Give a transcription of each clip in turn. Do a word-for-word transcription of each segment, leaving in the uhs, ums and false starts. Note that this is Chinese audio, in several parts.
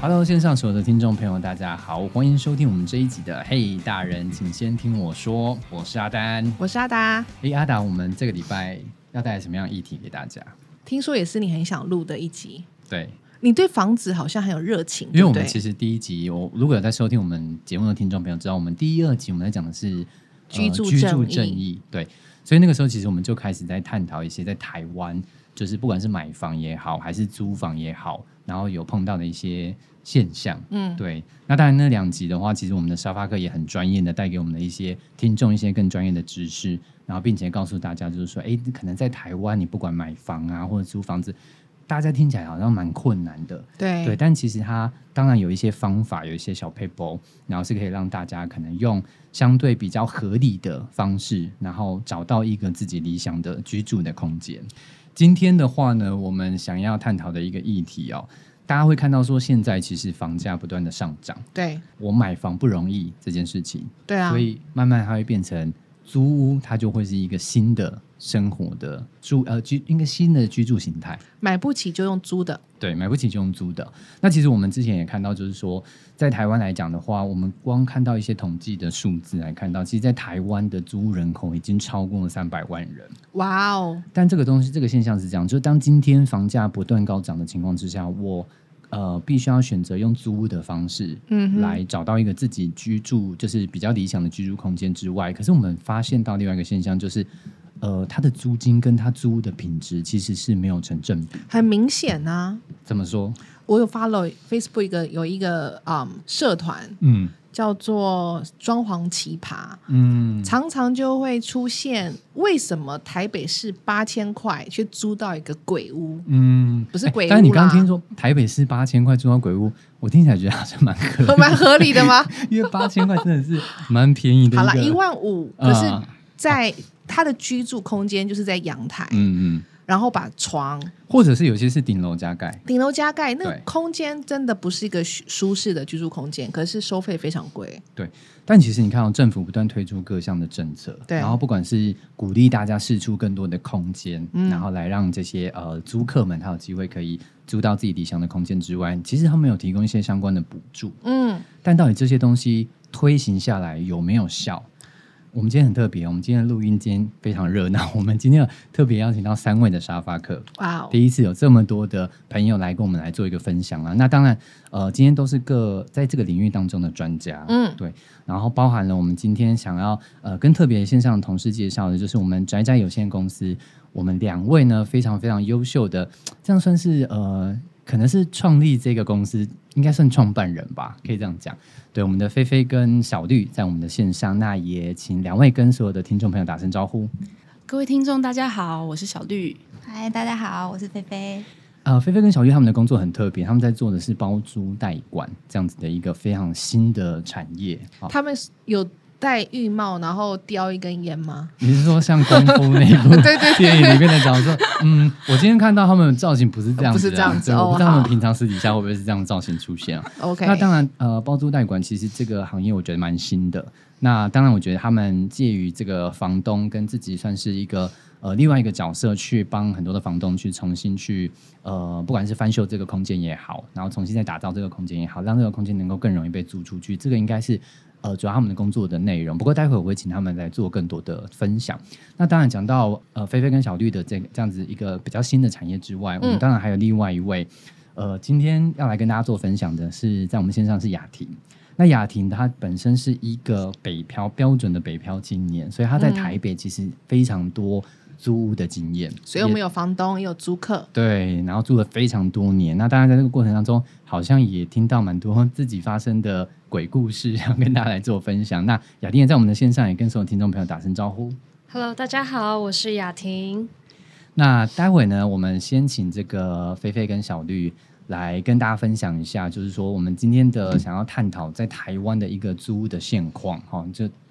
Hello， 线上所有的听众朋友，大家好，欢迎收听我们这一集的《嘿大人，请先听我说》，我是阿丹， 我是阿达。 嘿阿达，我们这个礼拜要带来什么样的议题给大家？ 听说也是你很想录的一集。 对， 你对房子好像很有热情， 因为我们对不对？ 其实第一集，我如果有在收听我们节目的听众朋友知道，我们第一、二集我们在讲的是、 居住呃、居住正义正义，对，所以那个时候其实我们就开始在探讨一些在台湾，就是不管是买房也好，还是租房也好，然后有碰到的一些现象，嗯，对。那当然那两集的话，其实我们的沙发客也很专业的带给我们的一些听众一些更专业的知识，然后并且告诉大家就是说，哎，可能在台湾你不管买房啊或者租房子，大家听起来好像蛮困难的， 对对，但其实它当然有一些方法，有一些小撇步，然后是可以让大家可能用相对比较合理的方式，然后找到一个自己理想的居住的空间。今天的话呢，我们想要探讨的一个议题哦，大家会看到说现在其实房价不断的上涨， 对， 我买房不容易这件事情， 对啊， 所以慢慢它会变成租屋，它就会是一个新的生活的住呃居一个新的居住形态。 买不起就用租的， 对，买不起就用租的。那其实我们之前也看到，就是说在台湾来讲的话，我们光看到一些统计的数字来看到，其实在台湾的租屋人口已经超过了三百万人。 哇哦！ 但这个东西这个现象是这样，就是当今天房价不断高涨的情况之下，我呃必须要选择用租屋的方式来找到一个自己居住就是比较理想的居住空间之外，可是我们发现到另外一个现象就是呃，它的租金跟它租屋的品质其实是没有成正比。 很明显啊。 怎么说？ 我有 follow Facebook 一个有一个、um, 社团， 嗯， 叫做装潢奇葩， 嗯， 常常就会出现为什么台北市八千块却租到一个鬼屋？ 嗯， 不是鬼屋啦、 欸、但是你刚刚听说台北市八千块租到鬼屋，我听起来觉得好像蛮合理， 蛮合理的吗？ 因为八千块真的是蛮便宜的一个。 好了，一万五，可是啊在他的居住空间就是在阳台， 嗯嗯， 然后把床， 或者是有些是顶楼加盖， 顶楼加盖，那个对空间真的不是一个舒适的居住空间，可是收费非常贵。 对。但其实你看到、哦、政府不断推出各项的政策， 对， 然后不管是鼓励大家释出更多的空间，嗯、然后来让这些呃租客们他有机会可以租到自己理想的空间之外，其实他们有提供一些相关的补助，嗯，但到底这些东西推行下来有没有效？我们今天很特别，我们今天的录音间非常热闹。我们今天有特别邀请到三位的沙发客，哇、wow ！第一次有这么多的朋友来跟我们来做一个分享啊。那当然，呃，今天都是各在这个领域当中的专家，嗯，对。然后包含了我们今天想要呃跟特别线上的同事介绍的，就是我们宅宅有限公司，我们两位呢非常非常优秀的，这样算是呃。可能是创立这个公司，应该算创办人吧，可以这样讲。对，我们的菲菲跟小绿在我们的线上，那也请两位跟所有的听众朋友打声招呼。 各位听众大家好，我是小绿。 嗨，大家好，我是菲菲。 呃，菲菲跟小绿他们的工作很特别，他们在做的是包租代管这样子的一个非常新的产业。 他们有戴浴帽然后叼一根烟吗？ 你是说像功夫那一部电影里面的角色？嗯，我今天看到他们的造型不是这样子、啊， 不是这样子， 我不知道他们平常私底下会不会是这样的造型出现啊 ？OK， 那当然，呃，包租代管其实这个行业我觉得蛮新的。那当然，我觉得他们介于这个房东跟自己算是一个呃另外一个角色，去帮很多的房东去重新去呃，不管是翻修这个空间也好，然后重新再打造这个空间也好，让这个空间能够更容易被租出去，这个应该是。呃，主要他们的工作的内容，不过待会我会请他们来做更多的分享。那当然讲到呃菲菲跟小绿的这这样子一个比较新的产业之外，嗯、我们当然还有另外一位，呃，今天要来跟大家做分享的是在我们线上是雅婷。那雅婷她本身是一个北漂标准的北漂青年，所以她在台北其实非常多租屋的经验， 所以我们有房东也有租客， 对，然后住了非常多年。那当然在这个过程当中，好像也听到蛮多自己发生的鬼故事，要跟大家来做分享。那雅婷也在我们的线上，也跟所有听众朋友打声招呼。 Hello， 大家好，我是雅婷。 那待会呢，我们先请这个菲菲跟小绿来跟大家分享一下，就是说我们今天的想要探讨在台湾的一个租屋的现况哈，就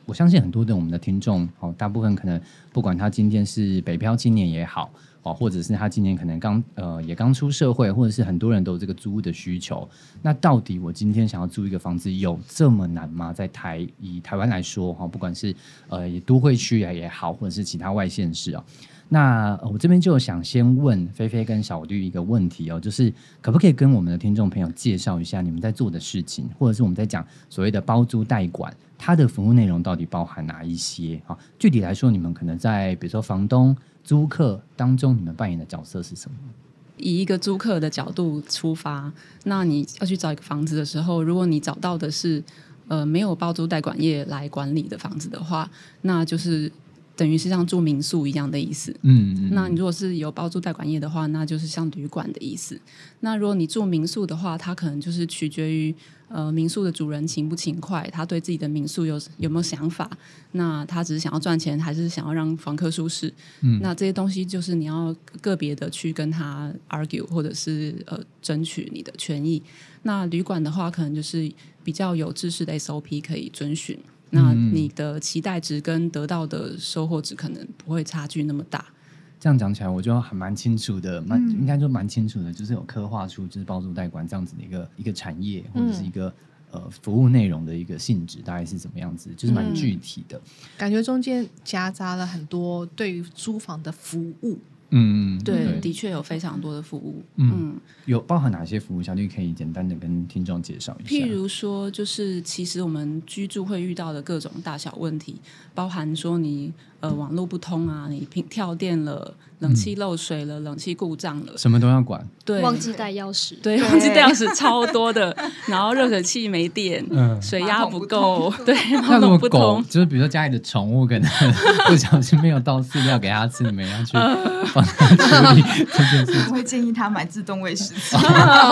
我相信很多的我们的听众，哦，大部分可能不管他今天是北漂青年也好，哦，或者是他今年可能刚呃也刚出社会，或者是很多人都有这个租屋的需求。那到底我今天想要租一个房子有这么难吗？在台以台湾来说，哈，不管是呃都会区也好，或者是其他外县市啊。那我这边就想先问菲菲跟小绿一个问题哦，就是可不可以跟我们的听众朋友介绍一下你们在做的事情，或者是我们在讲所谓的包租代管，它的服务内容到底包含哪一些？好，具体来说，你们可能在比如说房东、租客当中，你们扮演的角色是什么？ 以一个租客的角度出发，那你要去找一个房子的时候，如果你找到的是呃没有包租代管业来管理的房子的话，那就是等于是像住民宿一样的意思。嗯, 嗯，那你如果是有包租代管业的话，那就是像旅馆的意思。那如果你住民宿的话，它可能就是取决于呃民宿的主人勤不勤快，他对自己的民宿有有没有想法，那他只是想要赚钱，还是想要让房客舒适？嗯，那这些东西就是你要个别的去跟他 argue， 或者是呃争取你的权益。那旅馆的话，可能就是比较有制式的 S O P 可以遵循。那你的期待值跟得到的收获值可能不会差距那么大。 这样讲起来，我就还蛮清楚的，蛮、嗯、应该说蛮清楚的，就是有刻画出就是包租代管这样子的一个一个产业，或者是一个、嗯、呃服务内容的一个性质，大概是怎么样子，就是蛮具体的。 嗯、感觉中间夹杂了很多对于租房的服务。 嗯，对，对，的确有非常多的服务。 嗯，嗯有包含哪些服务？小绿可以简单的跟听众介绍一下。 譬如说，就是其实我们居住会遇到的各种大小问题，包含说你呃网络不通啊，你跳电了，冷气漏水了，嗯、冷气故障了， 什么都要管。 对， 忘记带钥匙， 对，忘记带钥匙超多的。然后热水器没电，嗯、水压不够，对，马桶不通。 就是比如说家里的宠物可能不小心没有倒饲料给它吃，你们要去帮它处理这件事情。 我会建议他买自动喂食器。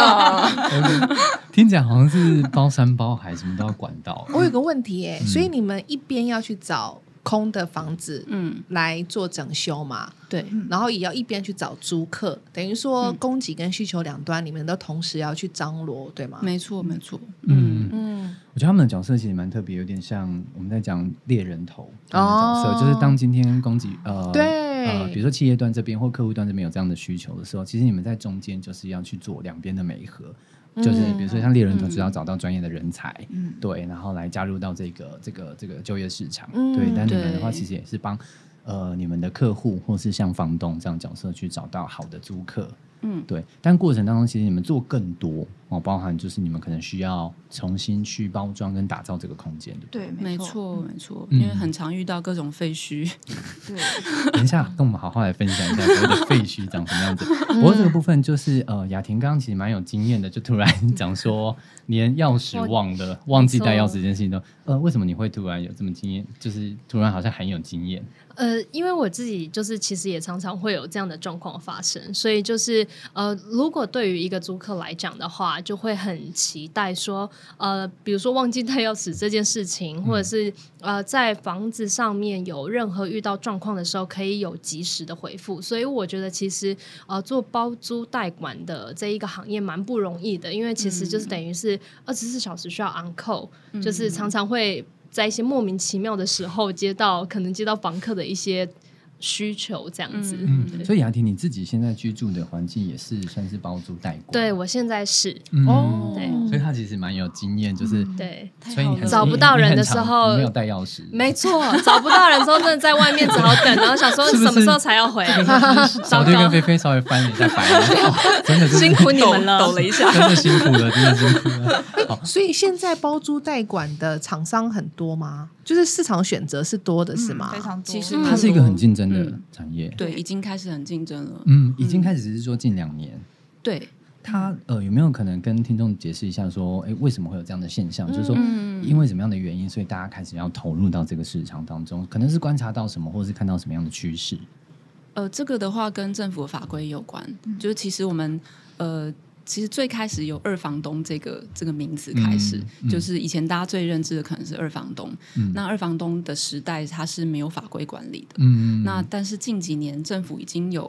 听起来好像是包山包海，什么都要管到。 我有个问题耶、欸嗯，所以你们一边要去找空的房子，嗯，来做整修嘛， 对， 然后也要一边去找租客，等于说供给跟需求两端，你们都同时要去张罗，对吗？ 没错，没错， 嗯嗯，我觉得他们的角色其实蛮特别，有点像我们在讲猎人头的角色、哦，就是当今天供给呃对呃，比如说企业端这边或客户端这边有这样的需求的时候，其实你们在中间就是要去做两边的媒合。就是比如说像猎人头，只要找到专业的人才、嗯，对，然后来加入到这个这个这个就业市场，嗯、对。但你们的话，其实也是帮呃你们的客户或是像房东这样角色去找到好的租客，嗯，对。但过程当中，其实你们做更多哦，包含就是你们可能需要重新去包装跟打造这个空间， 对不对？对，没错，没错、嗯，因为很常遇到各种废墟。 对， 等一下跟我们好好来分享一下所谓的废墟长什么样子。不过这个部分就是呃，雅婷刚刚其实蛮有经验的，就突然讲说连钥匙忘了，忘记带钥匙这件事情都，呃，为什么你会突然有这么经验？就是突然好像很有经验。 呃，因为我自己就是其实也常常会有这样的状况发生，所以就是呃，如果对于一个租客来讲的话，就会很期待说，呃，比如说忘记带钥匙这件事情，或者是呃，在房子上面有任何遇到状况的时候，可以有及时的回复。所以我觉得其实呃，做包租代管的这一个行业蛮不容易的，因为其实就是等于是二十四小时需要 on call，、嗯、就是常常会在一些莫名其妙的时候接到可能接到房客的一些需求这样子。 嗯、所以雅婷你自己现在居住的环境也是算是包租代管？ 对，我现在是、 嗯、哦，对，所以他其实蛮有经验，就是、嗯、 对， 所以你找不到人的时候没有带钥匙， 没错，找不到人的时候真的在外面只好等，然后想说什么时候才要回。 小队跟菲菲稍微翻了一下白眼、哦，真的辛苦你们了， 抖了一下， 真的辛苦了，真的辛苦了。 所以现在包租代管的厂商很多吗？就是市场选择是多的，是吗？ 嗯、非常多。 其实它是一个很竞争的产业， 嗯、对，已经开始很竞争了。 嗯，已经开始只是说近两年。 嗯、对， 它呃有没有可能跟听众解释一下说，哎，为什么会有这样的现象？嗯、就是说，因为什么样的原因，所以大家开始要投入到这个市场当中？可能是观察到什么，或是看到什么样的趋势？ 呃，这个的话跟政府的法规有关，嗯、就是其实我们呃。其实最开始有二房东这个这个名词开始、嗯嗯，就是以前大家最认知的可能是二房东。嗯、那二房东的时代，它是没有法规管理的。嗯、那但是近几年政府已经有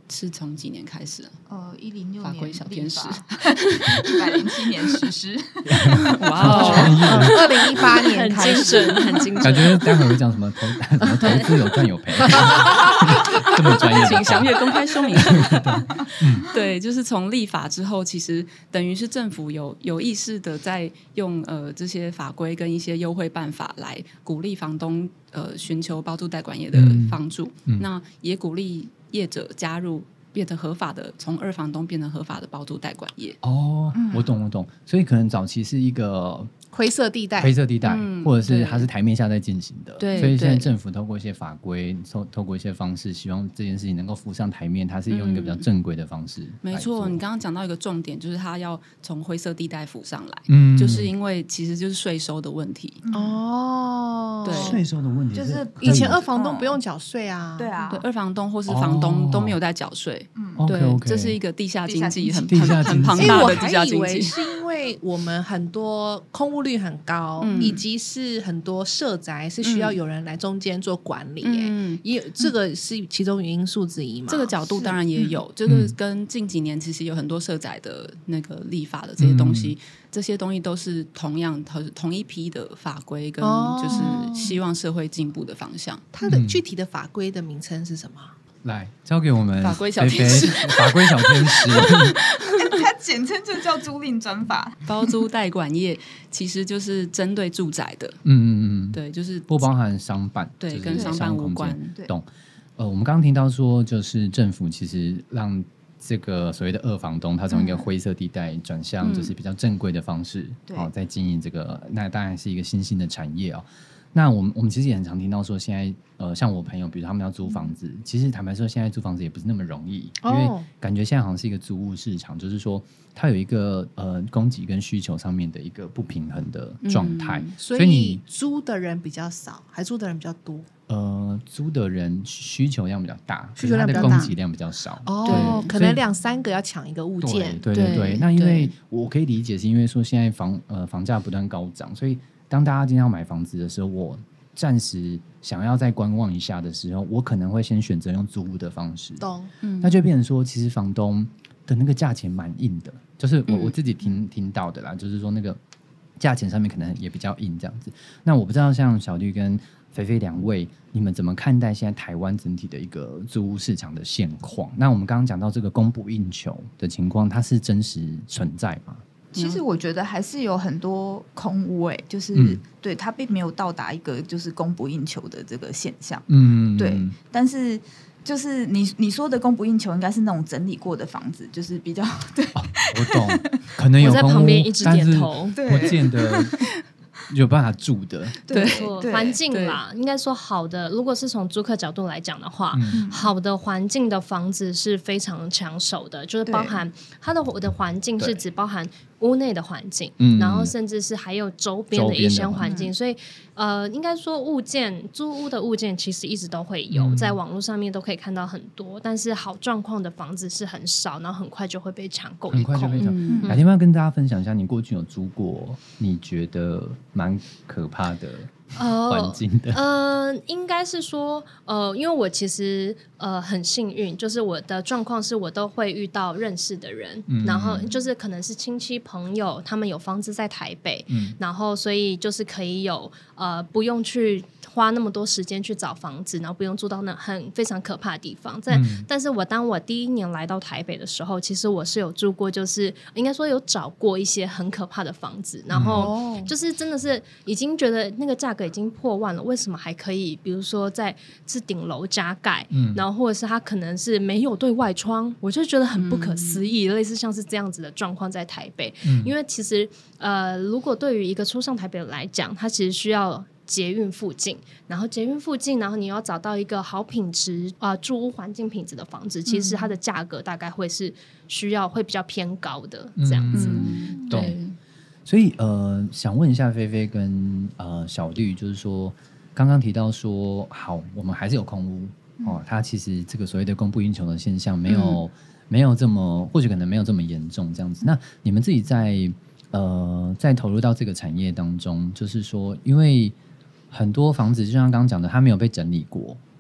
是从几年开始？ 呃，一零六法规年小天使， 一百零七年实施。 哇哦， 二零一八年很开始， 精准，很精准。 感觉待会儿会讲什么投什么投资有赚有赔，这么专业的话， 请详阅公开说明。对，就是从立法之后，其实等于是政府有有意识的在用呃这些法规跟一些优惠办法来鼓励房东呃寻求包租代管业的帮助， 嗯嗯、 那也鼓励业者加入，变成合法的，从二房东变成合法的包租代管业。 哦，我懂我懂，所以可能早期是一个灰色地带， 灰色地带， 嗯、 或者是它是台面下在进行的， 对， 所以现在政府透过一些法规，透透过一些方式，希望这件事情能够浮上台面，它是用一个比较正规的方式、嗯。 没错，你刚刚讲到一个重点，就是它要从灰色地带浮上来， 嗯， 就是因为其实就是税收的问题。 哦， 对， 税收的问题就是以前二房东不用缴税啊， 对啊， 对，二房东或是房东都没有在缴税， 嗯， 对， okay, okay 这是一个地下经济，很地下很庞大的地下经济。 我还以为是因为我们很多空屋率很高。 嗯、 以及是很多社宅是需要有人来中间做管理、欸， 嗯， 也这个是其中因素之一嘛。 这个角度当然也有，嗯、这个跟近几年其实有很多社宅的那个立法的这些东西，嗯、这些东西都是同样同一批的法规，跟就是希望社会进步的方向。 它的具体的法规的名称是什么？ 来交给我们法规小天使， 法规小天使， 它简称就叫租赁专法。 包租代管业其实就是针对住宅的， 嗯嗯嗯， 对，就是不包含商办， 对， 就是、 跟商办无关。 懂？呃，我们刚刚听到说，就是政府其实让这个所谓的二房东，他从一个灰色地带转向就是比较正规的方式， 嗯、 哦，在经营这个，那当然是一个新兴的产业哦。那我们我们其实也很常听到说，现在呃，像我朋友，比如他们要租房子，嗯、其实坦白说，现在租房子也不是那么容易， 哦、 因为感觉现在好像是一个租屋市场，就是说它有一个呃供给跟需求上面的一个不平衡的状态， 嗯、所以你租的人比较少，还租的人比较多。 呃，租的人需求量比较大， 需求量比较大， 它的供给量比较少。 哦，可能两三个要抢一个物件。 对对 对, 对, 对。那因为我可以理解，是因为说现在房呃房价不断高涨，所以当大家今天要买房子的时候，我暂时想要再观望一下的时候，我可能会先选择用租屋的方式。 懂， 嗯， 那就变成说，其实房东的那个价钱蛮硬的，就是我、嗯、我自己听听到的啦，就是说那个价钱上面可能也比较硬这样子。那我不知道像小绿跟菲菲两位，你们怎么看待现在台湾整体的一个租屋市场的现况？那我们刚刚讲到这个供不应求的情况，它是真实存在吗？ 其实我觉得还是有很多空屋、欸，就是、嗯、对它并没有到达一个就是供不应求的这个现象。 嗯， 对，但是就是你你说的供不应求，应该是那种整理过的房子，就是比较对、 哦。我懂，可能有空屋， 我在旁边一直点头， 不见得有办法住的。 对，环境啦，应该说好的。如果是从租客角度来讲的话，嗯、好的环境的房子是非常抢手的，就是包含它的我的环境是指包含屋内的环境，然后甚至是还有周边的一些环境，所以呃，应该说物件租屋的物件其实一直都会有，嗯、在网络上面都可以看到很多，但是好状况的房子是很少，然后很快就会被抢购一空。 很快就被抢。嗯、哪天要跟大家分享一下，你过去有租过你觉得蛮可怕的环境的？ 呃，应该是说，呃，因为我其实呃很幸运，就是我的状况是我都会遇到认识的人，嗯、然后就是可能是亲戚朋友，他们有房子在台北，嗯、然后所以就是可以有呃不用去花那么多时间去找房子，然后不用住到那很非常可怕的地方。但、嗯、但是我当我第一年来到台北的时候，其实我是有住过，就是应该说有找过一些很可怕的房子，然后就是真的是已经觉得那个价格已经破万了，为什么还可以？比如说在是顶楼加盖，嗯、然后或者是它可能是没有对外窗，我就觉得很不可思议，嗯、类似像是这样子的状况在台北。嗯、因为其实呃，如果对于一个初上台北来讲，它其实需要捷运附近，然后捷运附近，然后你要找到一个好品质啊、呃、住屋环境品质的房子，其实它的价格大概会是需要会比较偏高的这样子。 嗯、对，所以呃，想问一下菲菲跟呃小绿，就是说刚刚提到说，好，我们还是有空屋、嗯、哦，它其实这个所谓的供不应求的现象没有、嗯、没有这么，或许可能没有这么严重这样子。那你们自己在呃在投入到这个产业当中，就是说，因为很多房子就像刚刚讲的，它没有被整理过，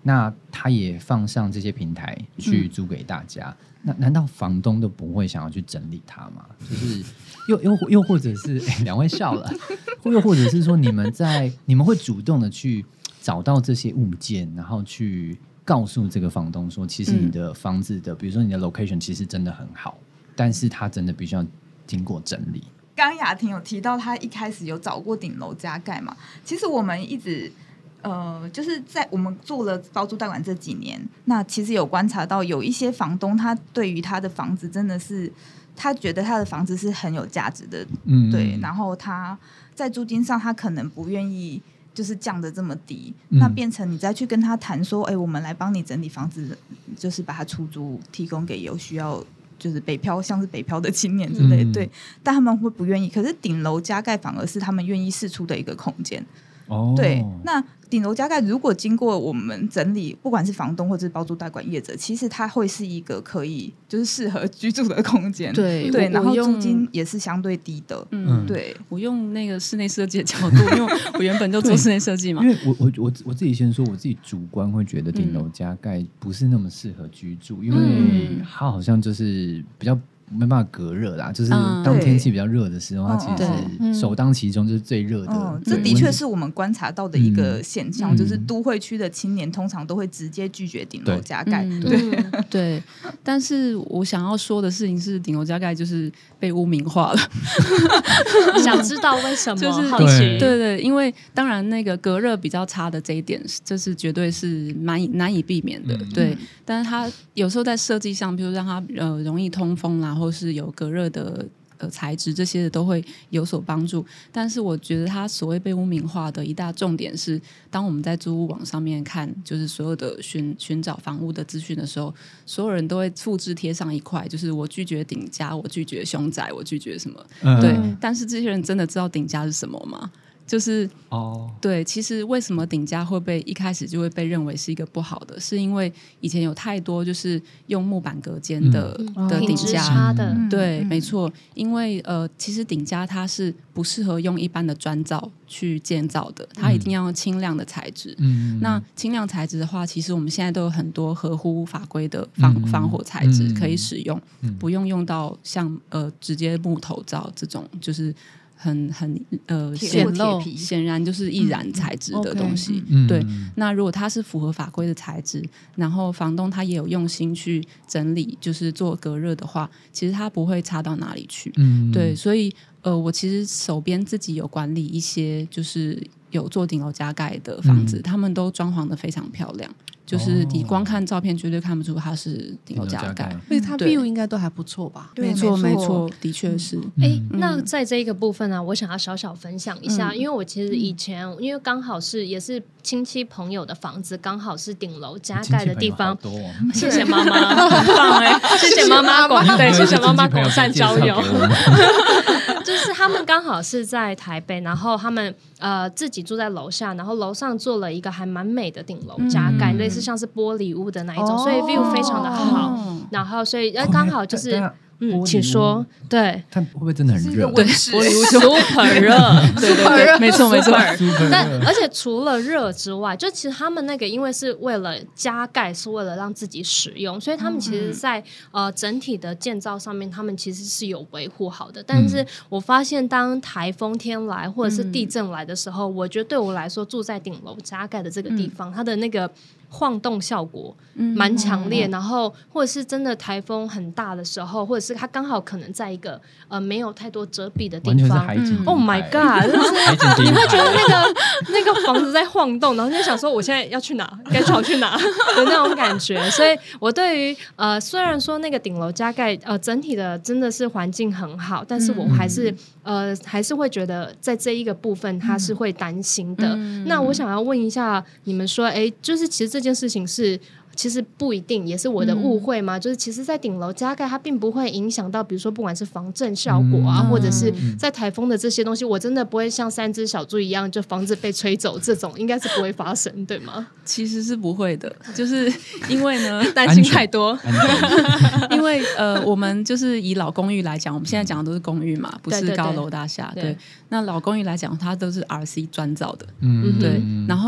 那他也放上这些平台去租给大家，嗯、那难道房东都不会想要去整理它吗？就是又又又或者是哎，两位笑了，又或者是说你们在你们会主动的去找到这些物件，然后去告诉这个房东说，其实你的房子的，嗯、比如说你的 location 其实真的很好，但是它真的必须要经过整理。 刚雅婷有提到，她一开始有找过顶楼加盖嘛？其实我们一直呃，就是在我们做了包租代管这几年，那其实有观察到，有一些房东他对于他的房子真的是，他觉得他的房子是很有价值的，嗯，对，然后他在租金上他可能不愿意。就是降得这么低，嗯、那变成你再去跟他谈说，哎、欸，我们来帮你整理房子，就是把它出租，提供给有需要，就是北漂，像是北漂的青年之类的，嗯、对，但他们会不愿意。可是顶楼加盖反而是他们愿意释出的一个空间。哦，对，那顶楼加盖如果经过我们整理，不管是房东或者是包租代管业者，其实它会是一个可以就是适合居住的空间， 对对，然后租金也是相对低的，嗯，对。 我用那个室内设计的角度，因为我原本就做室内设计嘛， 因为我我我我自己先说，我自己主观会觉得顶楼加盖不是那么适合居住，嗯、因为它好像就是比较。没办法隔热啦，就是当天气比较热的时候，嗯、它其实是首当其冲，就是最热的。 嗯、这的确是我们观察到的一个现象，嗯、就是都会区的青年通常都会直接拒绝顶楼加盖。 对、嗯、对, 对，但是我想要说的事情是，顶楼加盖就是被污名化了。 想知道为什么？ 就是好奇， 对 对, 对，因为当然那个隔热比较差的这一点，这是绝对是难以难以避免的。嗯、对，但是它有时候在设计上，比如让它呃容易通风啦。或是有隔热的呃材质，这些的都会有所帮助。但是我觉得它所谓被污名化的一大重点是，当我们在租屋网上面看，就是所有的寻寻找房屋的资讯的时候，所有人都会复制贴上一块，就是我拒绝顶加，我拒绝凶宅，我拒绝什么。嗯、对，但是这些人真的知道顶加是什么吗？就是哦，对，其实为什么顶加会被一开始就会被认为是一个不好的，是因为以前有太多就是用木板隔间的、嗯、的顶加的， 对，嗯、没错，因为呃，其实顶加它是不适合用一般的砖造去建造的，它一定要用轻量的材质。嗯，那轻量材质的话，其实我们现在都有很多合乎法规的防、嗯、防火材质可以使用，嗯、不用用到像呃直接木头造这种，就是。很很呃显露， 显然就是易燃材质的东西。嗯 okay, 对，嗯、那如果它是符合法规的材质，然后房东他也有用心去整理，就是做隔热的话，其实它不会差到哪里去。嗯，对，所以呃，我其实手边自己有管理一些，就是有做顶楼加盖的房子，嗯、他们都装潢的非常漂亮。就是你光看照片绝对看不出它是顶楼加盖， 所以它 view 应该都还不错吧？ 没错没错，的确是。 哎、嗯，那在这一个部分呢、啊，我想要小小分享一下，嗯、因为我其实以前、嗯、因为刚好是也是亲戚朋友的房子，刚好是顶楼加盖的地方。 哦、 谢谢妈妈，很棒哎、欸！谢谢妈妈广对，谢谢妈妈广善交友。就是他们刚好是在台北，然后他们呃自己住在楼下，然后楼上做了一个还蛮美的顶楼加盖，嗯、类似像是玻璃屋的那一种，哦、所以 view 非常的好。哦、然后所以呃刚好就是。哦嗯，请说。对， 它会不会真的很热？ 对，玻璃屋 super 热，对对对，没错没错。但而且除了热之外，就其实他们那个因为是为了加盖，是为了让自己使用，所以他们其实在、嗯、呃整体的建造上面，他们其实是有维护好的。但是我发现，当台风天来或者是地震来的时候，嗯、我觉得对我来说，住在顶楼加盖的这个地方，嗯、它的那个晃动效果蛮强烈，嗯、然后或者是真的台风很大的时候，或者是它刚好可能在一个呃没有太多遮蔽的地方。 嗯、 Oh my god！ 就是你会觉得那个那个房子在晃动，然后就想说我现在要去哪，该跑去哪的那种感觉。所以我对于呃虽然说那个顶楼加盖呃整体的真的是环境很好，但是我还是、嗯、呃还是会觉得在这一个部分它是会担心的。嗯、那我想要问一下你们说，哎，就是其实这件事情是。其实不一定，也是我的误会嘛。嗯、就是其实，在顶楼加盖，它并不会影响到，比如说不管是防震效果啊，嗯、或者是在台风的这些东西，我真的不会像三只小猪一样，就房子被吹走这种，应该是不会发生，对吗？ 其实是不会的，就是因为呢， 担心太多。 因为呃，我们就是以老公寓来讲，我们现在讲的都是公寓嘛，不是高楼大厦。对, 对, 对, 对，那老公寓来讲，它都是 R C 砖造的，嗯，对，然后。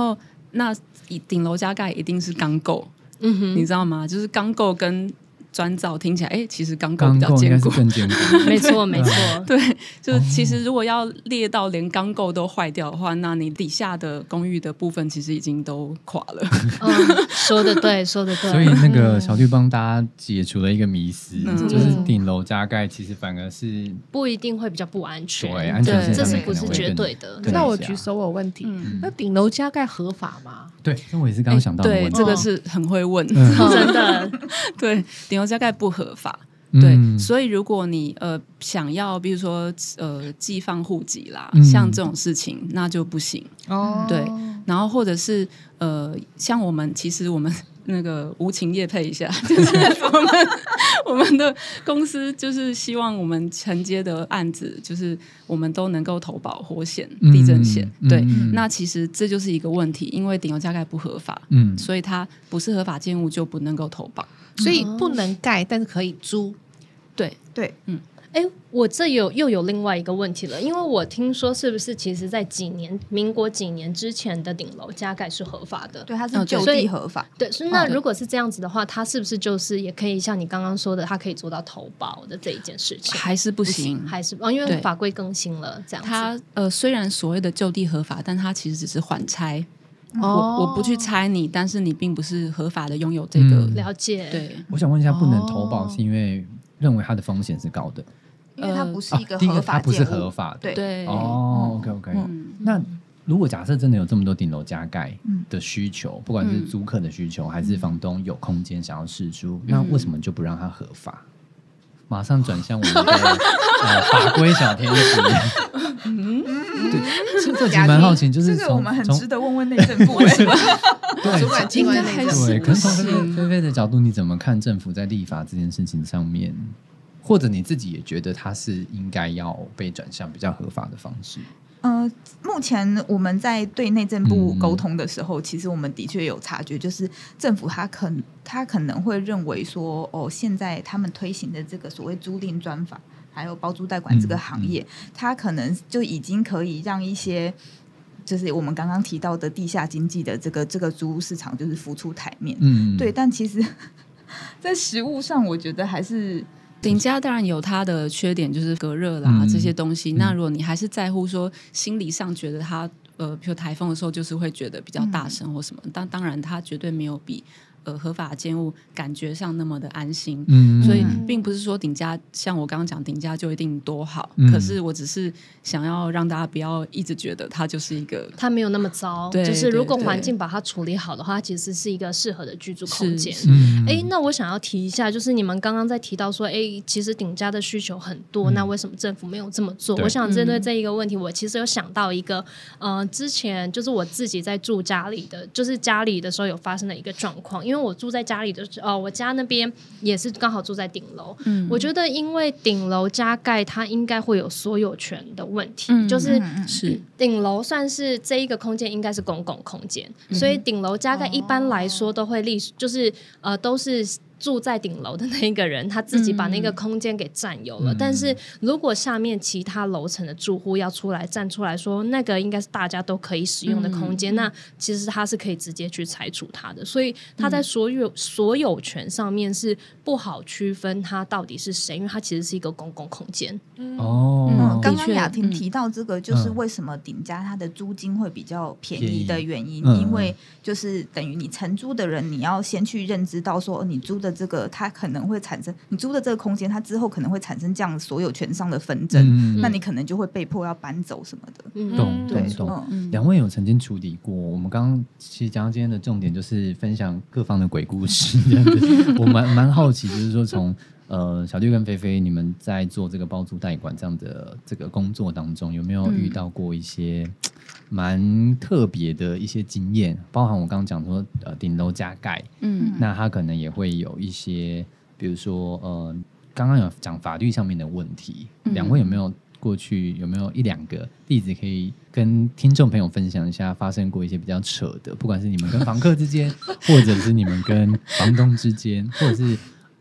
那顶楼加盖一定是钢构， 嗯哼， 你知道吗？就是钢构跟砖造听起来，哎，其实钢构钢比较构应该是坚固， 更坚固。 没错没错， 对，就是其实如果要裂到连钢构都坏掉的话，那你底下的公寓的部分其实已经都垮了。 嗯，说的对，说的对。 所以那个小绿帮大家解除了一个迷思， 嗯、 就是顶楼加盖其实反而是不一定会比较不安全， 对，安全性这是上面可能会不是绝更对的？ 那我举手我有问题， 嗯、 那顶楼加盖合法吗？ 对，那我也是刚刚想到的问题。 对，这个是很会问， 嗯、 真的。 对，顶楼加盖不合法。 嗯、 对，所以如果你呃想要，比如说呃寄放户籍啦、 嗯， 像这种事情，那就不行。 哦， 对，然后或者是呃，像我们其实我们那个无情业配一下，就是我们我们的公司就是希望我们承接的案子，就是我们都能够投保火险、地震险。 嗯、 对、 嗯， 那其实这就是一个问题，因为顶楼加盖不合法， 嗯， 所以它不是合法建物就不能够投保。 所以不能盖，但是可以租。 对对， 嗯， 哎，我这有又有另外一个问题了，因为我听说是不是其实在几年民国几年之前的顶楼加盖是合法的？ 对，它是就地合法。 对，所以那如果是这样子的话，它是不是就是也可以像你刚刚说的，它可以做到投保的这一件事情？ 还是不行， 还是哦，因为法规更新了，这样子。 它呃，虽然所谓的就地合法，但它其实只是缓拆。 哦、 我我不去拆你，但是你并不是合法的拥有这个、 嗯、 了解。 对， 我想问一下，不能投保是因为认为它的风险是高的， 因为它不是一个合法、 啊、 它不是合法的。 对对哦 ，OK OK、嗯。那如果假设真的有这么多顶楼加盖的需求，嗯、不管是租客的需求，嗯、还是房东有空间想要释出，嗯、那为什么就不让它合法？马上转向我们的呃法规小天使。嗯，对，这这题蛮好奇，就是这个我们很值得问问内政部。 对， 主管机关内政部。 对，可是从菲菲的角度，你怎么看政府在立法这件事情上面，或者你自己也觉得它是应该要被转向比较合法的方式？ 呃，目前我们在对内政部沟通的时候，嗯、其实我们的确有察觉，就是政府他可他可能会认为说，哦，现在他们推行的这个所谓租赁专法，还有包租代管这个行业，嗯嗯、它可能就已经可以让一些，就是我们刚刚提到的地下经济的这个这个租屋市场，就是浮出台面。嗯，对，但其实，在实务上，我觉得还是。 顶加当然有它的缺点，就是隔热啦、嗯、这些东西。那如果你还是在乎说心理上觉得它呃，比如台风的时候就是会觉得比较大声或什么，但、嗯、当然它绝对没有比呃合法建物感觉上那么的安心。嗯，所以并不是说顶加像我刚刚讲顶加就一定多好、嗯，可是我只是想要让大家不要一直觉得它就是一个它没有那么糟， 对， 就是如果环境把它处理好的话，它其实是一个适合的居住空间。哎、嗯，那我想要提一下，就是你们刚刚在提到说，哎，其实顶加的需求很多、嗯，那为什么政府没有这么做？我想针对这一个问题，我其实有想到一个，呃，之前就是我自己在住家里的，就是家里的时候有发生的一个状况。因为我住在家里的时候，哦，我家那边也是刚好住在顶楼。嗯，我觉得因为顶楼加盖，它应该会有所有权的问题，嗯、就是是顶楼算是这一个空间应该是公共空间，嗯、所以顶楼加盖一般来说都会隶属，就是呃都是。住在顶楼的那一个人他自己把那个空间给占有了、嗯、但是如果下面其他楼层的住户要出来站出来说那个应该是大家都可以使用的空间、嗯、那其实他是可以直接去拆除它的，所以他在所有、嗯、所有权上面是不好区分他到底是谁，因为他其实是一个公共空间。 哦、 嗯，刚刚雅婷提到这个就是为什么顶加它的租金会比较便宜的原因、嗯、因为就是等于你承租的人你要先去认知到说你租的这个它可能会产生你租的这个空间它之后可能会产生这样所有权上的纷争、嗯、那你可能就会被迫要搬走什么的。 嗯、懂懂懂、嗯、两位有曾经处理过，我们刚刚其实讲到今天的重点就是分享各方的鬼故事这样子我蛮蛮好奇就是说从呃小绿跟菲菲你们在做这个包租代管这样的这个工作当中有没有遇到过一些蛮特别的一些经验，包含我刚刚讲说呃顶楼加盖，嗯，那他可能也会有一些比如说呃刚刚有讲法律上面的问题、嗯、两位有没有过去有没有一两个例子可以跟听众朋友分享一下发生过一些比较扯的，不管是你们跟房客之间或者是你们跟房东之间或者是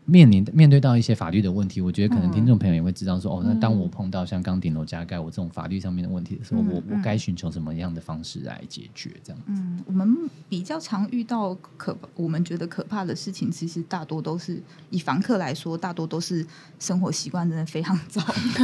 面临面对到一些法律的问题，我觉得可能听众朋友也会知道说，嗯、哦，那当我碰到像刚顶楼加盖我这种法律上面的问题的时候，嗯、我我该寻求什么样的方式来解决？这样子。 嗯，我们比较常遇到可我们觉得可怕的事情，其实大多都是以房客来说，大多都是生活习惯真的非常糟。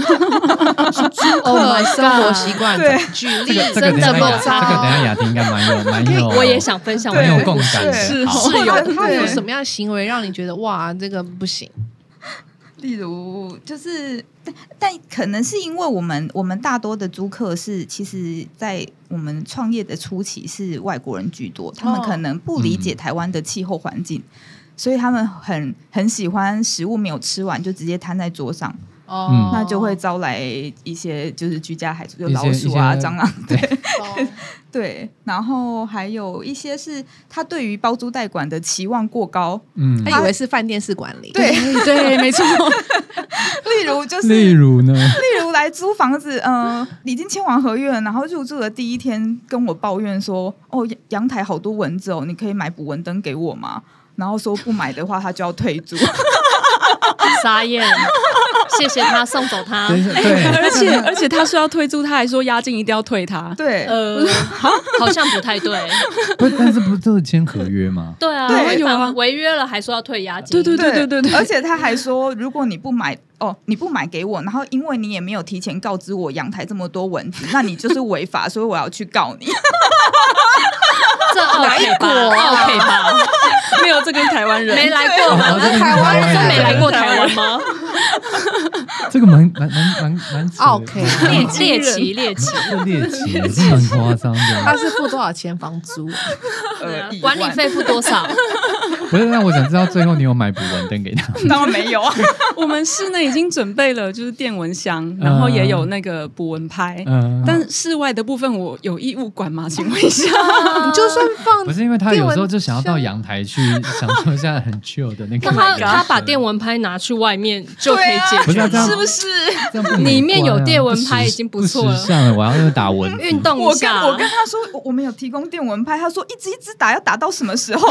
Oh my god， 生活习惯，举例、 这个、 真的落差。 这个等一下雅婷应该蛮有蛮有， 我也想分享， 蛮有共感的。 是是有他有什么样的行为让你觉得哇，这个不行？ 例如，就是但但可能是因为我们我们大多的租客是，其实，在我们创业的初期是外国人居多，他们可能不理解台湾的气候环境，哦、所以他们很很喜欢食物没有吃完就直接摊在桌上。哦，那就会招来一些就是居家害处，就老鼠啊、蟑螂，对、哦、对，然后还有一些是他对于包租代管的期望过高， 嗯，他以为是饭店式管理， 对对，没错。 例如就是， 例如呢， 例如来租房子，嗯、呃，已经签完合约了，然后入住的第一天跟我抱怨说，哦，阳台好多蚊子哦，你可以买捕蚊灯给我吗？然后说不买的话，他就要退租。 傻眼，谢谢他，送走他。 对，而且而且他说要退租，他还说押金一定要退他。 对， 呃，好像不太对。 不，但是不是都是签合约吗？ 对啊， 对， 有啊，违约了还说要退押金。 对对对对对对， 而且他还说，如果你不买。哦，你不买给我，然后因为你也没有提前告知我阳台这么多蚊子，那你就是违法，所以我要去告你。 这 OK 吧 ？OK 吧？ 没有，这跟台湾人没来过吗？ 台湾人没来过台湾吗？ 这个蛮蛮蛮蛮蛮 OK， 猎猎奇猎奇猎奇，是很夸张的。 他是付多少钱房租？ 呃，管理费付多少？ 不是，那我想知道最后你有买捕蚊灯给他？ 当然没有啊。 我们室内已经准备了，就是电蚊香，然后也有那个捕蚊拍，嗯、但室外的部分我有义务管吗？请问一下， 你就算放， 不是因为他有时候就想要到阳台去享受一下很 chill 的那个。 那他他把电蚊拍拿去外面就可以解决， 啊、 是不是？ 这样不里面有电蚊拍已经不错了。 不时尚了，我要打蚊子。 运动一下。 我跟我跟他说，我们有提供电蚊拍，他说一直一直打，要打到什么时候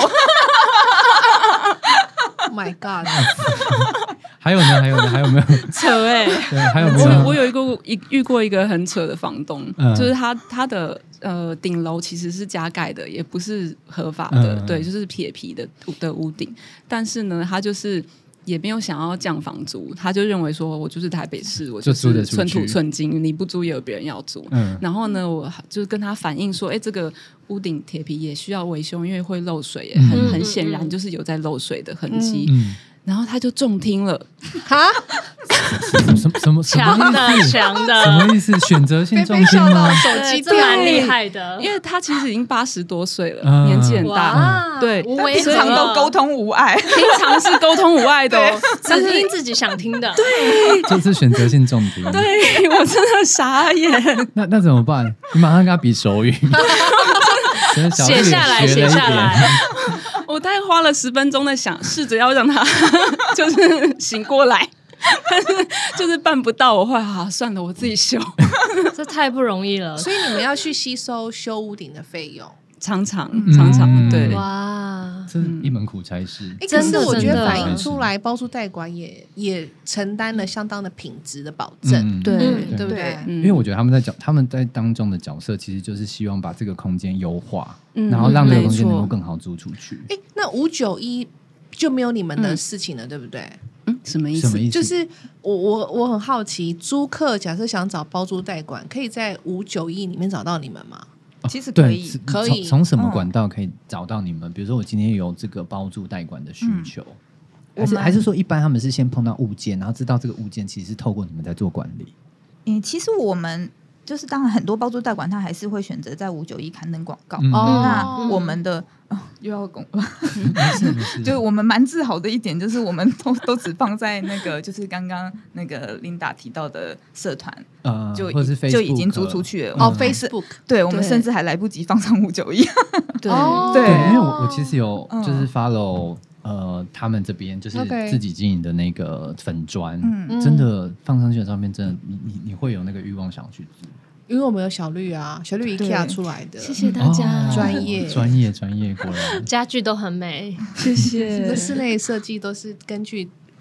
？Oh my god！ 还有呢？还有呢？还有没有扯哎、欸？ 对，还有没有？ 我我有一个一遇过一个很扯的房东，嗯、就是他他的呃顶楼其实是加盖的，也不是合法的，嗯、对，就是铁皮的的屋顶，但是呢，他就是也没有想要降房租，他就认为说我就是台北市，我就是寸土寸金，你不租也有别人要租。嗯、然后呢，我就是跟他反映说，哎，这个屋顶铁皮也需要维修，因为会漏水耶，嗯、很很显然就是有在漏水的痕迹。嗯嗯然后他就中听了， 哈？ 什么什么强的强的？ 什么意思？选择性中听吗？ 手机这蛮厉害的， 因为他其实已经八十多岁了，嗯、年纪很大，对， 平常都沟通无碍， 平常是沟通无碍的、哦， 只听自己想听的， 对， 就是选择性中听。 对我真的傻眼。 那那怎么办？你马上跟他比手语， 写下来，写下来。 我大概花了十分钟在想，试着要让他就是醒过来，但是就是办不到。我后来好算了，我自己修。 这太不容易了。 所以你们要去吸收修屋顶的费用， 常常常常、嗯、对。 哇， 这是一门苦差事。 哎、欸，可是我觉得反映出来，包租代管也也承担了相当的品质的保证， 嗯、对、 嗯、对不对？ 因为我觉得他们在角他们在当中的角色，其实就是希望把这个空间优化。嗯、然后让这个空间能够更好租出去。 哎，那五九一就没有你们的事情了，嗯、对不对？ 嗯，什么意思？ 什么意思？ 就是我我我很好奇，租客假设想找包租代管，可以在五九一里面找到你们吗？ 哦、 其实可以， 可以。 从什么管道可以找到你们？嗯、比如说，我今天有这个包租代管的需求，嗯、还是还是说，一般他们是先碰到物件，然后知道这个物件其实是透过你们在做管理？ 嗯，其实我们。就是当然很多包租代管他还是会选择在五九一刊登广告、嗯、那我们的、哦、又要公就是我们蛮自豪的一点就是我们都都只放在那个就是刚刚那个 Linda 提到的社团、呃、就, 或是 Facebook, 就已经租出去了哦、嗯、Facebook 对我们甚至还来不及放上五九一对、 哦、 对因为我我其实有就是 follow、嗯呃，他们这边就是自己经营的那个粉专，嗯、真的放上去的照片，真的你你你会有那个欲望想去租， 因为我们有小绿啊，小绿 IKEA 出来的， 谢谢大家， 专、哦、业专业专业，果然家具都很美， 谢谢。 室内设计都是根据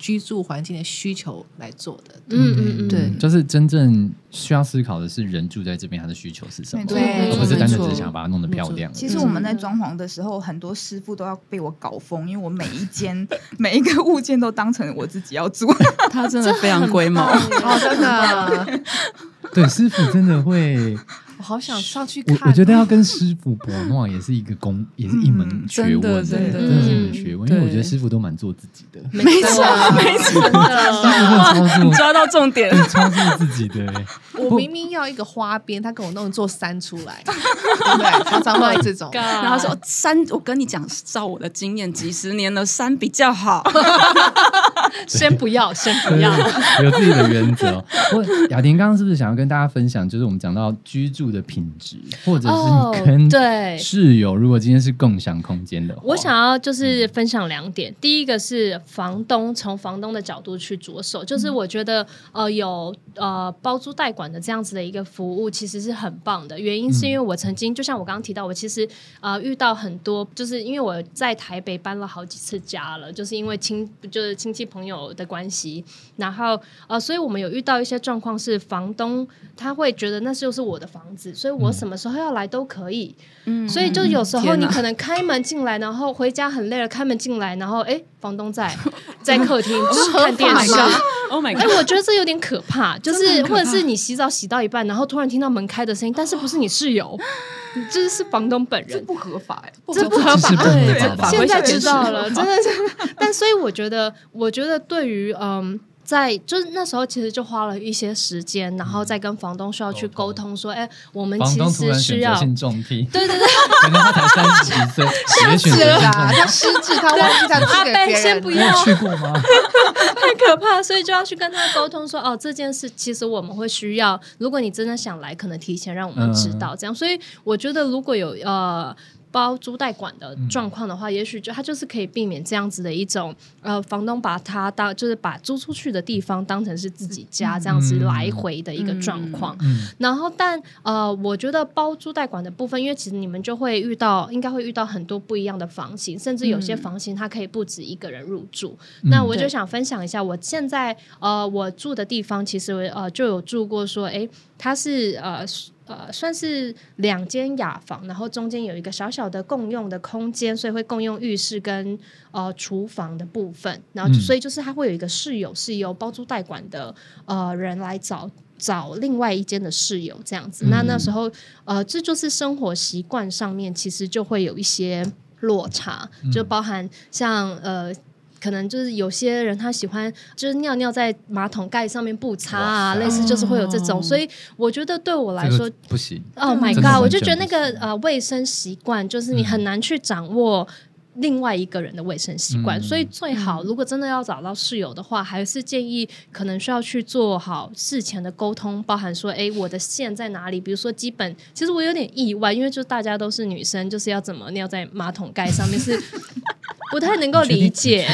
居住环境的需求来做的。 嗯嗯嗯， 对， 就是真正需要思考的是人住在这边他的需求是什么， 对而不是单纯只是想把它弄得漂亮。 其实我们在装潢的时候，很多师傅都要被我搞疯，因为我每一间每一个物件都当成我自己要住。 他真的非常龟毛哦，真的。 对，师傅真的会。 我好想上去看、哦我。我觉得要跟师傅博诺也是一个功，也是一门学问， 嗯、真的真的是一门学问。因为我觉得师傅都蛮做自己的， 没错，没错， 你抓到重点， 超做自己的。 我明明要一个花边，他给我弄做山出来，对不对？常常会这种。 然后说山，我跟你讲，照我的经验，几十年了，山比较好。 先不要，先不要， 有自己的原则。我雅婷刚刚是不是想要跟大家分享，就是我们讲到居住的品质，或者是你跟对室友，如果今天是共享空间的话， 我想要就是分享两点。第一个是房东，从房东的角度去着手，就是我觉得呃有呃包租代管的这样子的一个服务，其实是很棒的。原因是因为我曾经，就像我刚刚提到，我其实呃遇到很多，就是因为我在台北搬了好几次家了，就是因为亲就是亲戚朋友的关系，然后呃，所以我们有遇到一些状况是房东他会觉得那就是我的房子，所以我什么时候要来都可以。嗯，所以就有时候你可能开门进来，然后回家很累了，开门进来，然后哎，房东在在客厅看电视。 Oh my god！ 哎，我觉得这有点可怕，就是或者是你洗澡洗到一半，然后突然听到门开的声音，但是不是你室友，这是房东本人， 这不合法哎， 这不合法， 对， 现在知道了，真的是。但所以我觉得，我觉得对于嗯。在就是那时候，其实就花了一些时间，然后再跟房东需要去沟通，说，哎，我们其实需要性重替， 对对对， 可能他才三十几岁， 失智了啦，他失智，他忘记他租给别人， 先不要， 你有去过吗？ 太可怕，所以就要去跟他沟通说，哦，这件事其实我们会需要，如果你真的想来，可能提前让我们知道，嗯、这样。所以我觉得如果有呃。包租代管的状况的话，嗯、也许就他就是可以避免这样子的一种呃，房东把他当就是把租出去的地方当成是自己家、嗯、这样子来回的一个状况。嗯嗯、然后，但呃，我觉得包租代管的部分，因为其实你们就会遇到，应该会遇到很多不一样的房型，甚至有些房型它可以不止一个人入住。嗯、那我就想分享一下，我现在呃我住的地方，其实呃就有住过说，哎，它是呃。呃，算是两间雅房，然后中间有一个小小的共用的空间，所以会共用浴室跟呃厨房的部分。然后、嗯、所以就是它会有一个室友，是由包租代管的呃人来找找另外一间的室友这样子。嗯、那那时候呃，这就是生活习惯上面其实就会有一些落差，嗯、就包含像呃。可能就是有些人他喜欢就是尿尿在马桶盖上面不擦啊，类似就是会有这种，哦、所以我觉得对我来说、这个、 不行。 Oh my god！ 我就觉得那个呃卫生习惯就是你很难去掌握另外一个人的卫生习惯，嗯、所以最好如果真的要找到室友的话，还是建议可能需要去做好事前的沟通，包含说，哎，我的线在哪里？比如说基本，其实我有点意外，因为就大家都是女生，就是要怎么尿在马桶盖上面是。不太能够理解，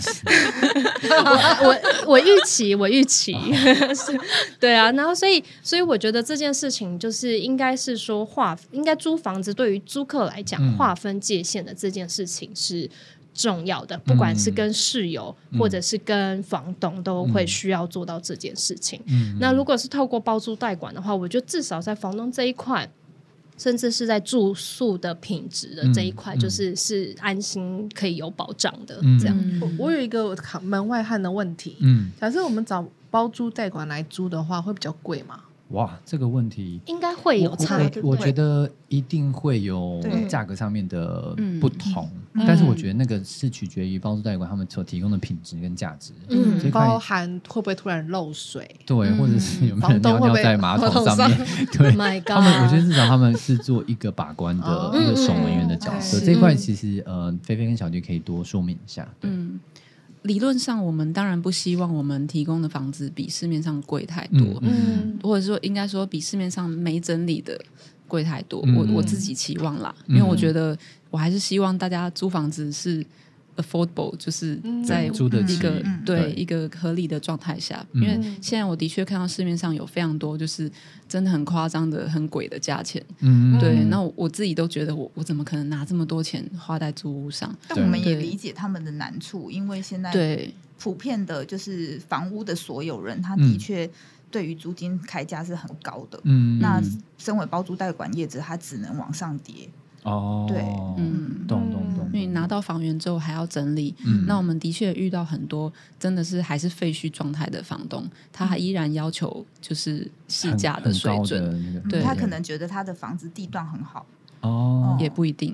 我我我预期我预期，对啊，然后所以所以我觉得这件事情就是应该是说划，应该租房子对于租客来讲划分界限的这件事情是重要的，不管是跟室友、嗯、或者是跟房东都会需要做到这件事情。嗯、那如果是透过包租代管的话，我觉得至少在房东这一块。甚至是在住宿的品质的这一块，嗯、就是是安心可以有保障的，嗯、这样。 我我有一个门外汉的问题， 嗯， 假设我们找包租代管来租的话，会比较贵吗？ 哇，这个问题应该会有差， 我, 我, 我觉得一定会有价格上面的不同，嗯、但是我觉得那个是取决于包租代管他们所提供的品质跟价值， 嗯，包含会不会突然漏水， 对，嗯、或者是有没有人尿尿在马桶上面，对， oh、my God 他们我觉得至少他们是做一个把关的、哦、一个守门员的角色，嗯、这一块其实呃，菲菲跟小弟可以多说明一下，嗯。 理论上，我们当然不希望我们提供的房子比市面上贵太多，嗯，或者说应该说比市面上没整理的贵太多。嗯、我我自己期望啦，嗯、因为我觉得我还是希望大家租房子是 affordable， 就是在一个、嗯、对, 对一个合理的状态下。嗯、因为现在我的确看到市面上有非常多就是真的很夸张的、很贵的价钱。嗯，对。那 我, 我自己都觉得我我怎么可能拿这么多钱花在租屋上？ 但我们也理解他们的难处，因为现在对普遍的就是房屋的所有人，他的确对于租金开价是很高的。嗯，那身为包租代管业者，他只能往上叠。 哦， 对， 嗯，懂懂懂。 因为拿到房源之后还要整理，嗯、那我们的确遇到很多真的是还是废墟状态的房东，他还依然要求就是市价的水准， 那个、 对，他可能觉得他的房子地段很好。 哦，也不一定。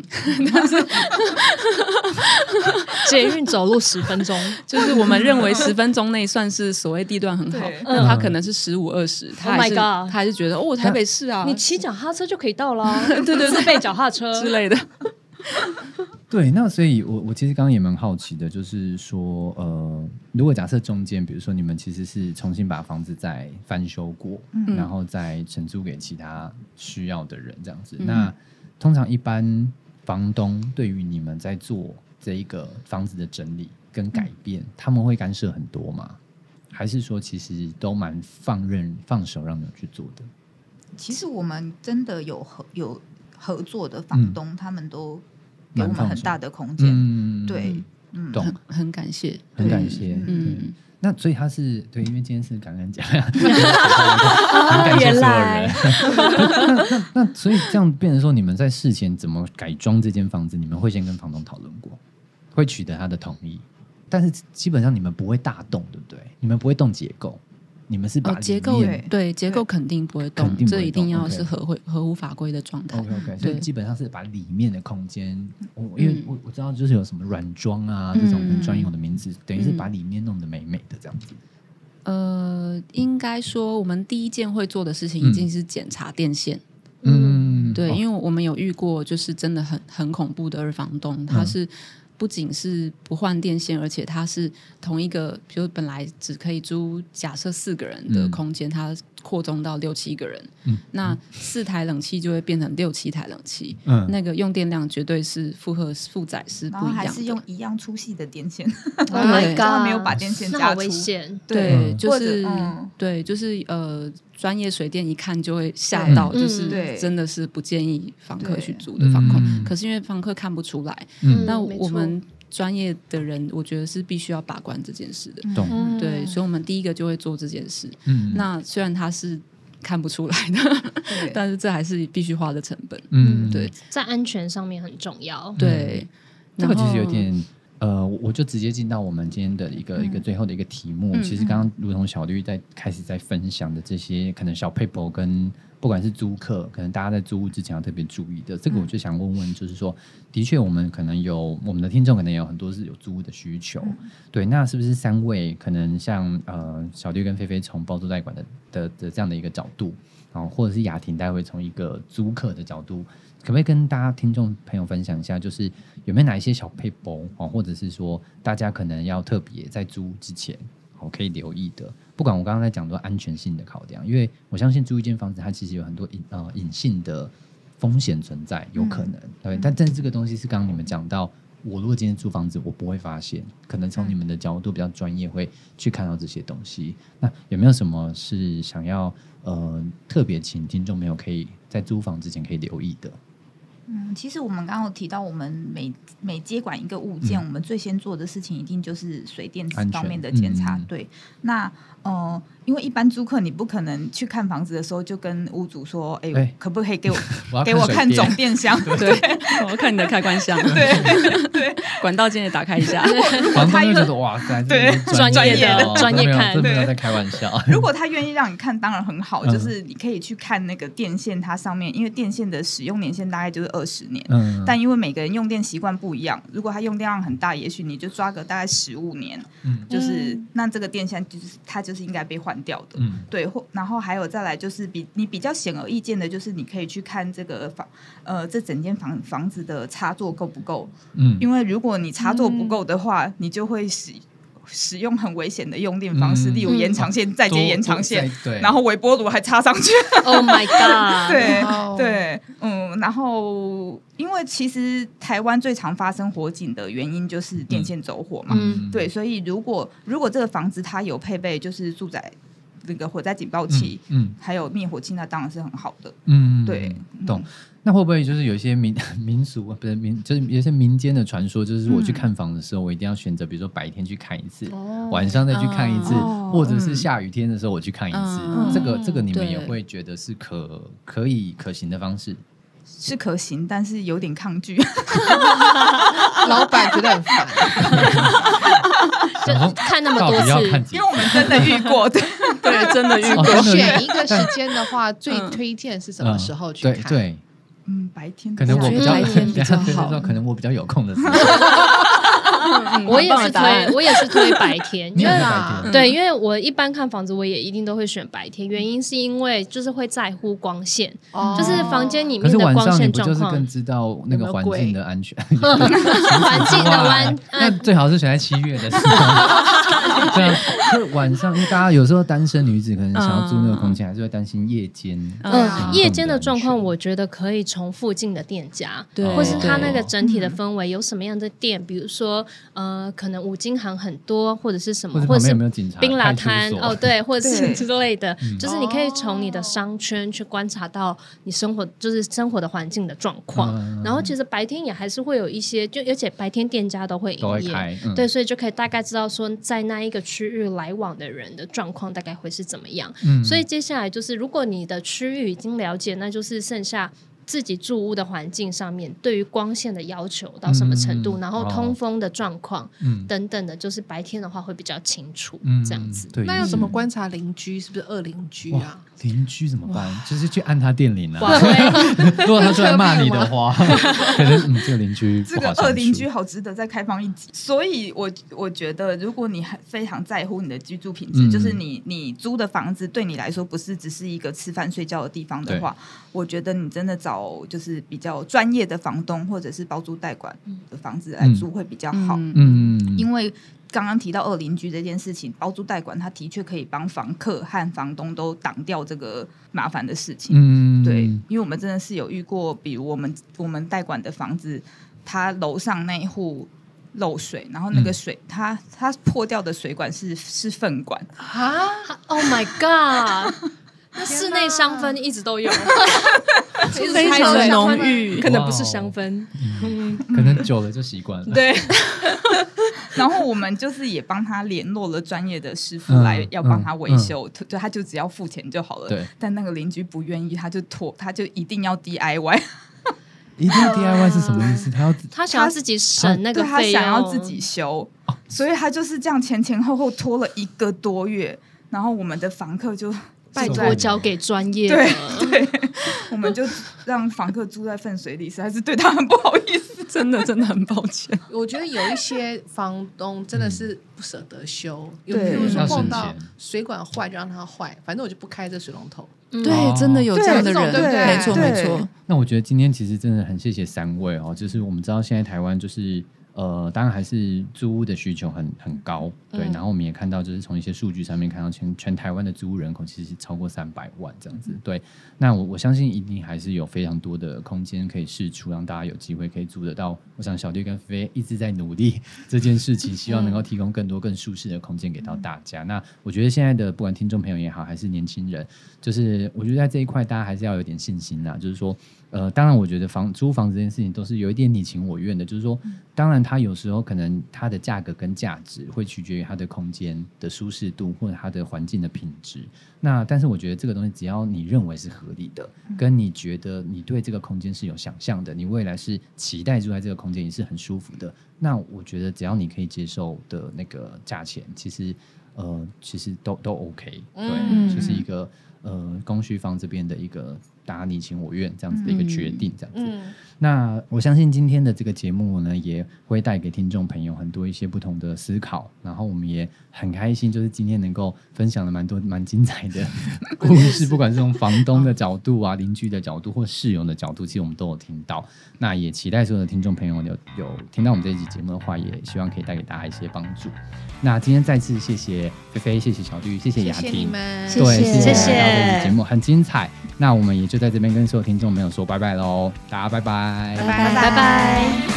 捷运走路十分钟， 就是我们认为十分钟内算是所谓地段很好，但他可能是十五二十，他还是、oh my God, 他还是觉得哦，台北市啊， 你骑脚踏车就可以到了，对对对，自备脚踏车之类的。 对，那所以我我其实刚刚也蛮好奇的，就是说，呃，如果假设中间，比如说你们其实是重新把房子再翻修过，嗯、然后再承租给其他需要的人，这样子，嗯、那通常一般房东对于你们在做这一个房子的整理跟改变，嗯、他们会干涉很多吗？还是说其实都蛮放任放手让你们去做的？ 其实我们真的有合有合作的房东，嗯、他们都给我们很大的空间，嗯、对， 嗯，很很感谢， 很感谢，嗯。那所以他是对，因为今天是感恩节，很感谢所有人。那, 那, 那所以这样变成说，你们在事前怎么改装这间房子，你们会先跟房东讨论过，会取得他的同意，但是基本上你们不会大动，对不对？你们不会动结构。你们是把、哦、 结构对结构肯定不会动，不会动这一定要是合会、okay. 合乎法规的状态。 OK OK， 所以基本上是把里面的空间，嗯、因为我我知道就是有什么软装啊、嗯、这种很专用的名字，嗯、等于是把里面弄得美美的这样子。 呃，应该说我们第一件会做的事情已经是检查电线。 嗯， 对， 哦、 因为我们有遇过就是真的很很恐怖的二房东，他是。嗯不仅是不换电线，而且它是同一个，比如本来只可以租假设四个人的空间，嗯、它扩充到六七个人，嗯、那四台冷气就会变成六七台冷气，嗯、那个用电量绝对是负荷负载是不一样的， 然后还是用一样粗细的电线 ，Oh my God， 没有把电线加粗， 危险， 对， 嗯、 就是、 嗯、 对，就是呃。专业水电一看就会吓到， 嗯、 就是真的是不建议房客去租的房控。可是因为房客看不出来，嗯、那我们专业的人，我觉得是必须要把关这件事的。 嗯、 对，所以我们第一个就会做这件事。嗯、那虽然他是看不出来的，但是这还是必须花的成本。嗯，对， 在安全上面很重要。 对， 这个其实有点。呃，我就直接进到我们今天的一个、嗯、一个最后的一个题目。嗯、其实刚刚如同小绿在开始在分享的这些可能小撇步跟不管是租客，可能大家在租屋之前要特别注意的，这个我就想问问，就是说，的确我们可能有我们的听众可能有很多是有租屋的需求，嗯、对，那是不是三位可能像呃小绿跟菲菲从包租代管的 的, 的这样的一个角度，然后或者是雅婷待会从一个租客的角度。可不可以跟大家听众朋友分享一下，就是有没有哪一些小撇步，或者是说大家可能要特别在租之前可以留意的？不管我刚刚在讲说安全性的考量，因为我相信租一间房子它其实有很多隐呃隐性的风险存在，有可能、嗯、对。但但这个东西是刚刚你们讲到，我如果今天租房子，我不会发现，可能从你们的角度比较专业，会去看到这些东西。那有没有什么是想要呃特别请听众朋友可以在租房之前可以留意的？ 嗯，其实我们刚刚有提到，我们每每接管一个物件，嗯、我们最先做的事情一定就是水电方面的检查。嗯、对，那呃，因为一般租客你不可能去看房子的时候就跟屋主说，哎、欸，欸、可不可以给我, 我给我看总电箱？ 对，对我要看你的开关箱。 对对， 管道间也打开一下。 房东就觉得哇塞， 对， 专业的专业看， 真没有在开玩笑。 如果他愿意让你看，当然很好，嗯、就是你可以去看那个电线，它上面因为电线的使用年限大概就是二十年，嗯、但因为每个人用电习惯不一样，如果他用电量很大，也许你就抓个大概十五年，嗯、就是那这个电线就是它就是应该被换掉的，嗯、对。或然后还有再来就是比你比较显而易见的，就是你可以去看这个房呃这整间房房子的插座够不够，嗯，因为如果你插座不够的话，嗯、你就会使使用很危险的用电方式，嗯、例如延长线、嗯、再接延长线，然后微波炉还插上去。 Oh my god！ 对、oh. 对，嗯，然后因为其实台湾最常发生火警的原因就是电线走火嘛，嗯、对，所以如果如果这个房子它有配备就是住宅那个火灾警报器， 嗯，嗯还有灭火器，那当然是很好的。 嗯， 对， 懂。那会不会就是有一些民民俗不是民，就是有一些民间的传说，就是我去看房的时候，嗯、我一定要选择，比如说白天去看一次，哦、晚上再去看一次，哦、或者是下雨天的时候我去看一次。嗯、这个这个你们也会觉得是可可以可行的方式？ 是可行，但是有点抗拒。 老板觉得很烦， 就看那么多次， 因为我们真的遇过，对对，真的遇过。 选一个时间的话，最推荐是什么时候去看？ 对对， 嗯，白天可能我比较白天比较好， 可能我比较有空的时候。 我也是推，我也是推白天，因为啊， 对，因为我一般看房子，我也一定都会选白天，原因是因为就是会在乎光线，哦、就是房间里面的光线状况。可是晚上你不就是更知道那个环境的安全？ 环境的安， 那最好是选在七月的时候。对啊，就晚上，因为大家有时候单身女子可能想要租那个空间，还是会担心夜间。 嗯，夜间的状况，我觉得可以从附近的店家，对，或是它那个整体的氛围有什么样的店，比如说呃，可能五金行很多，或者是什么，或者是冰辣摊哦，对，或者是之类的，就是你可以从你的商圈去观察到你生活，就是生活的环境的状况。然后其实白天也还是会有一些，就而且白天店家都会营业，对，所以就可以大概知道说在那一个区域来往的人的状况大概会是怎么样。所以接下来就是，如果你的区域已经了解，那就是剩下自己住屋的环境上面对于光线的要求到什么程度，嗯、然后通风的状况、嗯、等等的，就是白天的话会比较清楚，嗯、这样子。 那要怎么观察邻居是不是恶邻居啊？ 邻居怎么办？就是去按他电铃啊。如果他出来骂你的话，可能嗯，这个邻居这个恶邻居好值得再开放一集。所以我我觉得，如果你非常在乎你的居住品质，嗯、就是你你租的房子对你来说不是只是一个吃饭睡觉的地方的话，我觉得你真的找就是比较专业的房东或者是包租代管的房子来租会比较好。嗯嗯，因为刚刚提到恶邻居这件事情，包租代管它的确可以帮房客和房东都挡掉这个麻烦的事情。嗯，对，因为我们真的是有遇过，比如我们我们代管的房子，它楼上那一户漏水，然后那个水，嗯、它它破掉的水管是是粪管啊 ！Oh my god！那室内香氛一直都有， 非常的浓郁， 可能不是香氛， 嗯、可能久了就习惯了。 对。 然后我们就是也帮他联络了专业的师傅来要帮他维修，嗯嗯、他就只要付钱就好了。对。但那个邻居不愿意，他就拖，他就一定要 D I Y。 一定要 D I Y 是什么意思？他要他想要自己省那个费用， 他想要自己修，所以他就是这样前前后后拖了一个多月，然后我们的房客就。 拜托交给专业的， 对对，我们就让房客住在粪水里，实在是对他很不好意思， 真的真的很抱歉。 我觉得有一些房东真的是不舍得修，有比如说碰到水管坏就让它坏，反正我就不开这水龙头。 嗯、对，真的有这样的人， 对对对， 没错没错。 那我觉得今天其实真的很谢谢三位哦，就是我们知道现在台湾就是。呃，当然还是租屋的需求很很高，对、嗯。然后我们也看到，就是从一些数据上面看到全，全全台湾的租屋人口其实是超过三百万这样子，对。那我我相信一定还是有非常多的空间可以释出，让大家有机会可以租得到。我想小绿跟菲一直在努力这件事情，希望能够提供更多更舒适的空间给到大家。嗯、那我觉得现在的不管听众朋友也好，还是年轻人，就是我觉得在这一块大家还是要有点信心啦，就是说。呃，当然，我觉得房租房这件事情都是有一点你情我愿的，就是说，当然它有时候可能它的价格跟价值会取决于它的空间的舒适度或者它的环境的品质。那但是我觉得这个东西，只要你认为是合理的，跟你觉得你对这个空间是有想象的，你未来是期待住在这个空间也是很舒服的，那我觉得只要你可以接受的那个价钱，其实呃，其实都都 OK， 对，嗯、就是一个呃供需方这边的一个。大家你情我愿这样子的一个决定，这样子。嗯嗯、那我相信今天的这个节目呢，也会带给听众朋友很多一些不同的思考。然后我们也很开心，就是今天能够分享了蛮多蛮精彩的故事，不管是从房东的角度啊、邻居的角度或室友的角度，其实我们都有听到。那也期待所有的听众朋友有有听到我们这一集节目的话，也希望可以带给大家一些帮助。那今天再次谢谢菲菲，谢谢小绿，谢谢雅婷， 谢谢你们， 对，谢谢。 谢谢这集节目很精彩。那我们也就在这边跟所有听众朋友说拜拜喽，大家拜拜， 拜拜，拜拜。